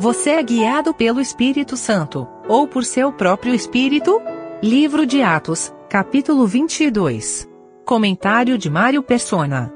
Você é guiado pelo Espírito Santo, ou por seu próprio Espírito? Livro de Atos, capítulo 22. Comentário de Mário Persona.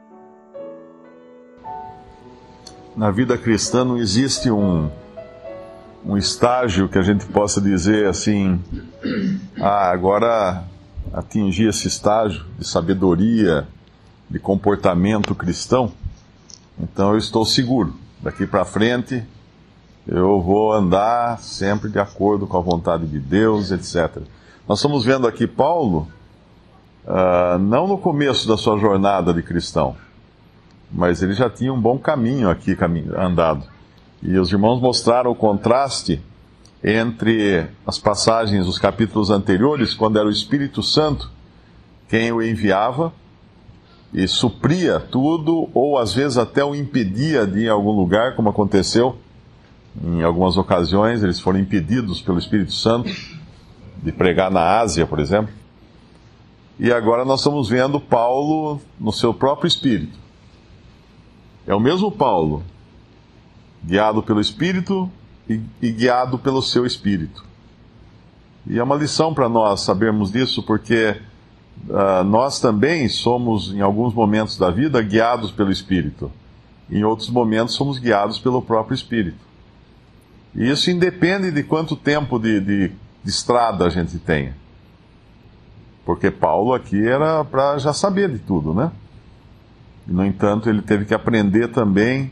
Na vida cristã não existe um estágio que a gente possa dizer assim, agora atingi esse estágio de sabedoria, de comportamento cristão, então eu estou seguro. Daqui para frente eu vou andar sempre de acordo com a vontade de Deus, etc. Nós estamos vendo aqui Paulo, não no começo da sua jornada de cristão, mas ele já tinha um bom caminho aqui andado. E os irmãos mostraram o contraste entre as passagens dos capítulos anteriores, quando era o Espírito Santo quem o enviava e supria tudo, ou às vezes até o impedia de ir em algum lugar, como aconteceu em algumas ocasiões. Eles foram impedidos pelo Espírito Santo de pregar na Ásia, por exemplo. E agora nós estamos vendo Paulo no seu próprio Espírito. É o mesmo Paulo, guiado pelo Espírito e guiado pelo seu Espírito. E é uma lição para nós sabermos disso, porque nós também somos, em alguns momentos da vida, guiados pelo Espírito. Em outros momentos, somos guiados pelo próprio Espírito. E isso independe de quanto tempo de estrada a gente tenha. Porque Paulo aqui era para já saber de tudo, né? E, no entanto, ele teve que aprender também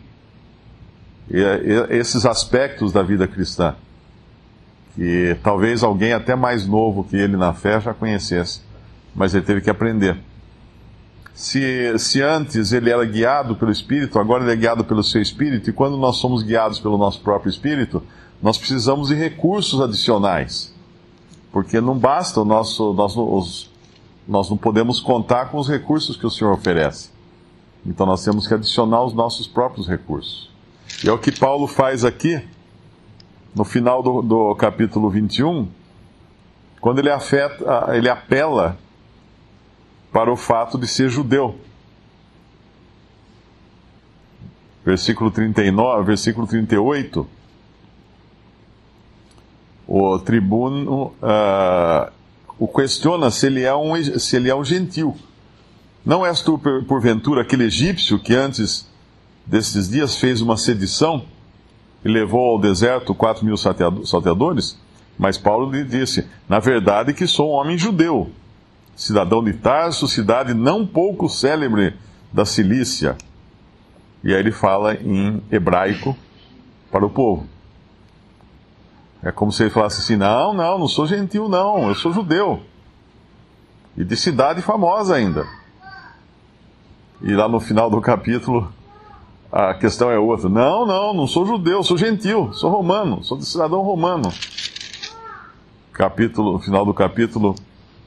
esses aspectos da vida cristã, que talvez alguém até mais novo que ele na fé já conhecesse, mas ele teve que aprender. Se antes ele era guiado pelo Espírito, agora ele é guiado pelo seu Espírito, e quando nós somos guiados pelo nosso próprio Espírito, nós precisamos de recursos adicionais, porque não basta nós não podemos contar com os recursos que o Senhor oferece. Então nós temos que adicionar os nossos próprios recursos. E é o que Paulo faz aqui, no final do capítulo 21, quando ele apela para o fato de ser judeu. Versículo 39, versículo 38, o tribuno o questiona se ele é um gentil. Não és tu, porventura, aquele egípcio que antes desses dias fez uma sedição e levou ao deserto 4.000 salteadores? Mas Paulo lhe disse: na verdade que sou um homem judeu, cidadão de Tarso, cidade não pouco célebre da Cilícia. E aí ele fala em hebraico para o povo. É como se ele falasse assim: não sou gentil não, eu sou judeu. E de cidade famosa ainda. E lá no final do capítulo, a questão é outra. Não sou judeu, sou gentil, sou romano, sou de cidadão romano. Final do capítulo,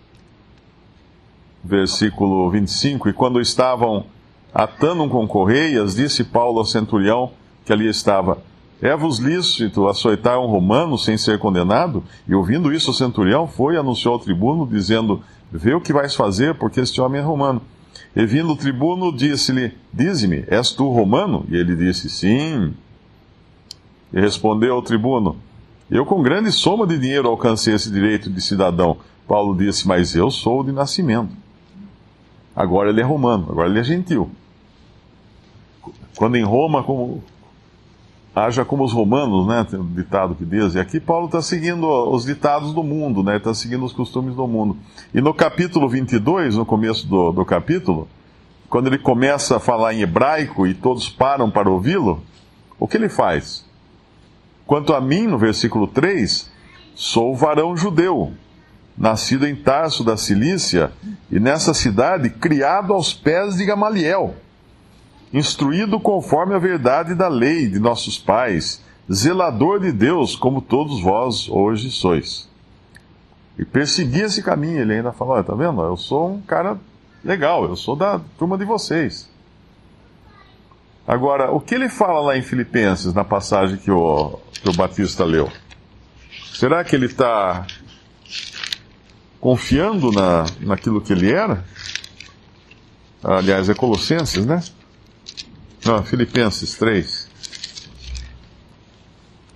versículo 25. E quando estavam atando com correias, disse Paulo ao centurião que ali estava: é-vos lícito açoitar um romano sem ser condenado? E ouvindo isso, o centurião foi e anunciou ao tribuno, dizendo: vê o que vais fazer, porque este homem é romano. E vindo o tribuno, disse-lhe: dize-me, és tu romano? E ele disse: sim. E respondeu ao tribuno: eu com grande soma de dinheiro alcancei esse direito de cidadão. Paulo disse: mas eu sou de nascimento. Agora ele é romano, agora ele é gentil. Quando em Roma, haja como os romanos, né? Tem um ditado que diz. E aqui Paulo está seguindo os ditados do mundo, né? Está seguindo os costumes do mundo. E no capítulo 22, no começo do capítulo, quando ele começa a falar em hebraico e todos param para ouvi-lo, o que ele faz? Quanto a mim, no versículo 3, sou varão judeu, nascido em Tarso da Cilícia, e nessa cidade criado aos pés de Gamaliel, instruído conforme a verdade da lei de nossos pais, zelador de Deus, como todos vós hoje sois. E persegui esse caminho. Ele ainda fala: olha, tá vendo? Eu sou um cara legal, eu sou da turma de vocês. Agora, o que ele fala lá em Filipenses, na passagem que o Batista leu? Será que ele está confiando naquilo que ele era? Aliás, é Colossenses, né? Não, Filipenses 3.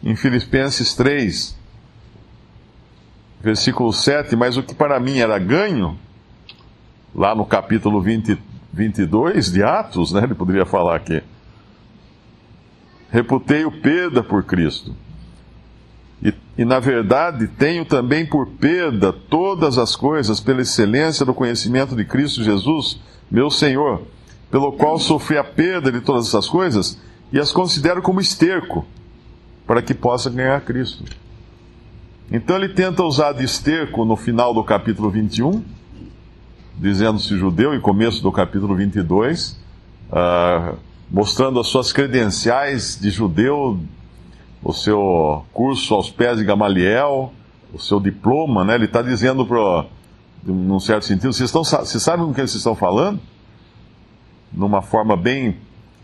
em Filipenses 3, versículo 7, mas o que para mim era ganho, lá no capítulo 22 de Atos, né, ele poderia falar aqui, reputei-o perda por Cristo. E na verdade tenho também por perda todas as coisas pela excelência do conhecimento de Cristo Jesus, meu Senhor, pelo qual sofri a perda de todas essas coisas e as considero como esterco, para que possa ganhar Cristo. Então ele tenta usar de esterco no final do capítulo 21, dizendo-se judeu, e começo do capítulo 22, mostrando as suas credenciais de judeu, o seu curso aos pés de Gamaliel, o seu diploma, né? Ele está dizendo, num certo sentido, vocês sabem com quem vocês estão falando? Numa forma bem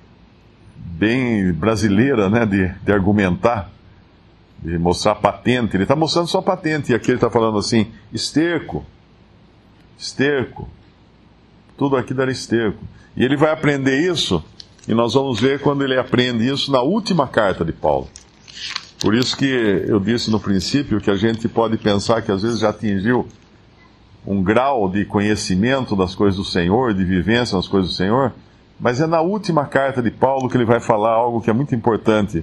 brasileira, né? de argumentar, de mostrar patente. Ele está mostrando só patente, e aqui ele está falando assim, esterco, tudo aqui era esterco. E ele vai aprender isso, e nós vamos ver quando ele aprende isso na última carta de Paulo. Por isso que eu disse no princípio que a gente pode pensar que às vezes já atingiu um grau de conhecimento das coisas do Senhor, de vivência nas coisas do Senhor, mas é na última carta de Paulo que ele vai falar algo que é muito importante.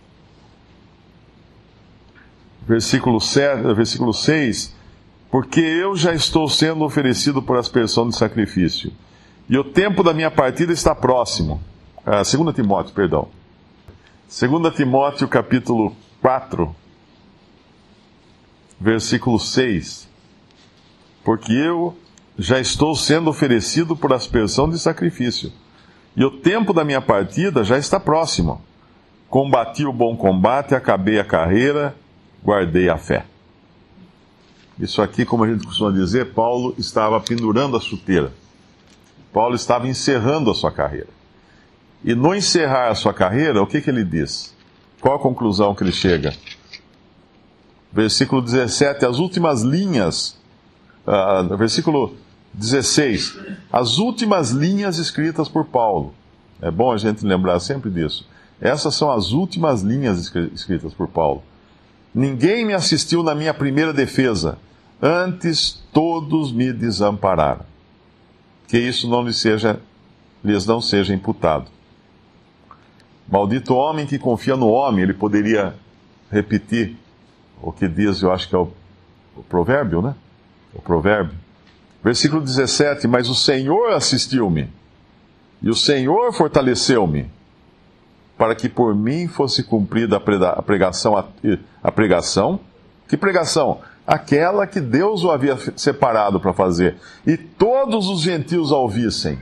Versículo 6, porque eu já estou sendo oferecido por aspersão de sacrifício, e o tempo da minha partida está próximo. 2 Timóteo, perdão. 2 Timóteo, capítulo 4, versículo 6. Porque eu já estou sendo oferecido por aspersão de sacrifício, e o tempo da minha partida já está próximo. Combati o bom combate, acabei a carreira, guardei a fé. Isso aqui, como a gente costuma dizer, Paulo estava pendurando a chuteira. Paulo estava encerrando a sua carreira. E no encerrar a sua carreira, o que ele diz? Qual a conclusão que ele chega? Versículo 17, as últimas linhas, versículo 16, as últimas linhas escritas por Paulo. É bom a gente lembrar sempre disso. Essas são as últimas linhas escritas por Paulo. Ninguém me assistiu na minha primeira defesa, antes todos me desampararam. Que isso lhes não seja imputado. Maldito homem que confia no homem. Ele poderia repetir o que diz, eu acho que é o provérbio, né? O provérbio. Versículo 17, mas o Senhor assistiu-me, e o Senhor fortaleceu-me, para que por mim fosse cumprida a pregação. Que pregação? Aquela que Deus o havia separado para fazer, e todos os gentios a ouvissem.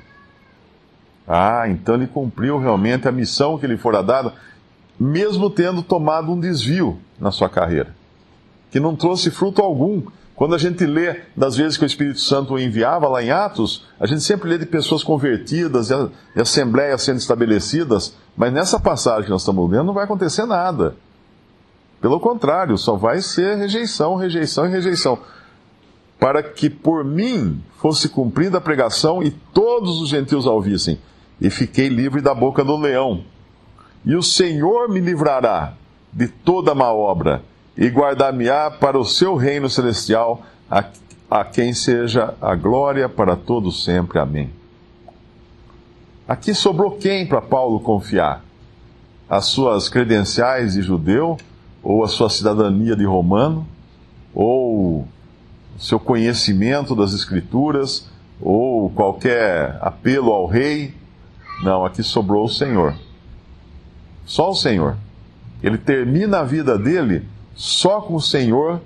Então ele cumpriu realmente a missão que lhe fora dada, mesmo tendo tomado um desvio na sua carreira, que não trouxe fruto algum. Quando a gente lê das vezes que o Espírito Santo o enviava lá em Atos, a gente sempre lê de pessoas convertidas e assembleias sendo estabelecidas, mas nessa passagem que nós estamos lendo não vai acontecer nada. Pelo contrário, só vai ser rejeição, rejeição e rejeição. Para que por mim fosse cumprida a pregação e todos os gentios a ouvissem. E fiquei livre da boca do leão. E o Senhor me livrará de toda má obra, e guardar-me-á para o seu reino celestial, a quem seja a glória para todos sempre. Amém. Aqui sobrou quem para Paulo confiar? As suas credenciais de judeu, ou a sua cidadania de romano, ou o seu conhecimento das Escrituras, ou qualquer apelo ao rei? Não, aqui sobrou o Senhor. Só o Senhor. Ele termina a vida dele só com o Senhor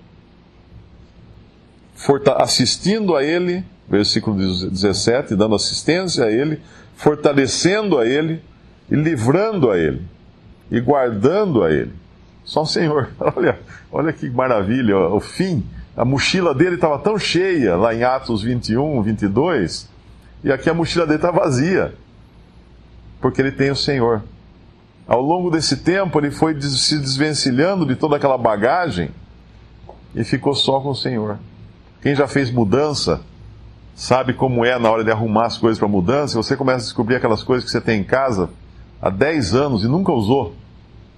assistindo a ele, versículo 17, dando assistência a ele, fortalecendo a ele, e livrando a ele, e guardando a ele. Só o Senhor. Olha que maravilha, o fim. A mochila dele estava tão cheia, lá em Atos 21, 22, e aqui a mochila dele está vazia, porque ele tem o Senhor. Ao longo desse tempo, ele foi se desvencilhando de toda aquela bagagem e ficou só com o Senhor. Quem já fez mudança sabe como é na hora de arrumar as coisas para mudança. Você começa a descobrir aquelas coisas que você tem em casa há 10 anos e nunca usou.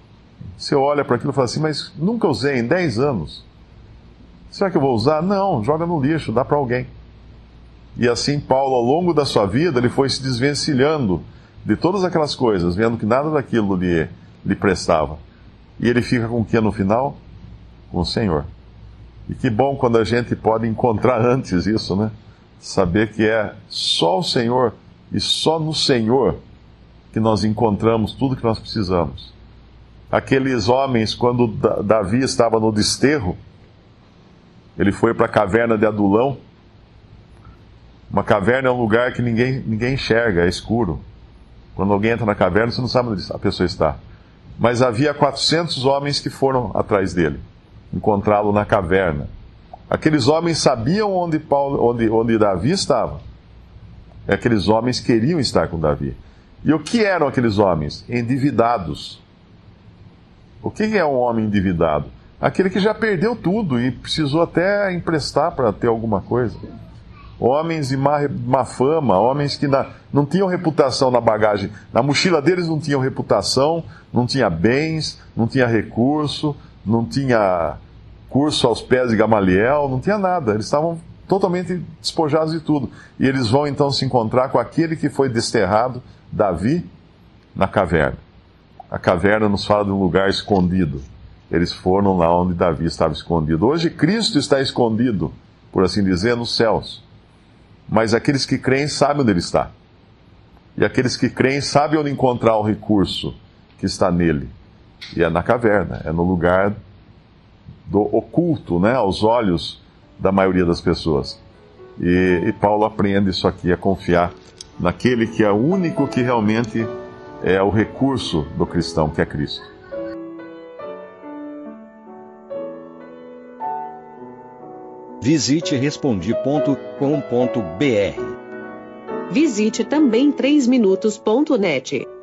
Você olha para aquilo e fala assim, mas nunca usei em 10 anos. Será que eu vou usar? Não, joga no lixo, dá para alguém. E assim Paulo, ao longo da sua vida, ele foi se desvencilhando de todas aquelas coisas, vendo que nada daquilo lhe prestava. E ele fica com o que no final? Com o Senhor. E que bom quando a gente pode encontrar antes isso, né? Saber que é só o Senhor e só no Senhor que nós encontramos tudo que nós precisamos. Aqueles homens, quando Davi estava no desterro, ele foi para a caverna de Adulão. Uma caverna é um lugar que ninguém enxerga, é escuro. Quando alguém entra na caverna, você não sabe onde a pessoa está. Mas havia 400 homens que foram atrás dele, encontrá-lo na caverna. Aqueles homens sabiam onde Davi estava. E aqueles homens queriam estar com Davi. E o que eram aqueles homens? Endividados. O que é um homem endividado? Aquele que já perdeu tudo e precisou até emprestar para ter alguma coisa. Homens de má fama, homens que não tinham reputação na bagagem. Na mochila deles não tinham reputação, não tinha bens, não tinha recurso, não tinha curso aos pés de Gamaliel, não tinha nada. Eles estavam totalmente despojados de tudo. E eles vão então se encontrar com aquele que foi desterrado, Davi, na caverna. A caverna nos fala de um lugar escondido. Eles foram lá onde Davi estava escondido. Hoje Cristo está escondido, por assim dizer, nos céus. Mas aqueles que creem sabem onde ele está. E aqueles que creem sabem onde encontrar o recurso que está nele. E é na caverna, é no lugar do oculto, né, aos olhos da maioria das pessoas. E Paulo aprende isso aqui, a confiar naquele que é o único que realmente é o recurso do cristão, que é Cristo. Visite Respondi.com.br. Visite também 3minutos.net.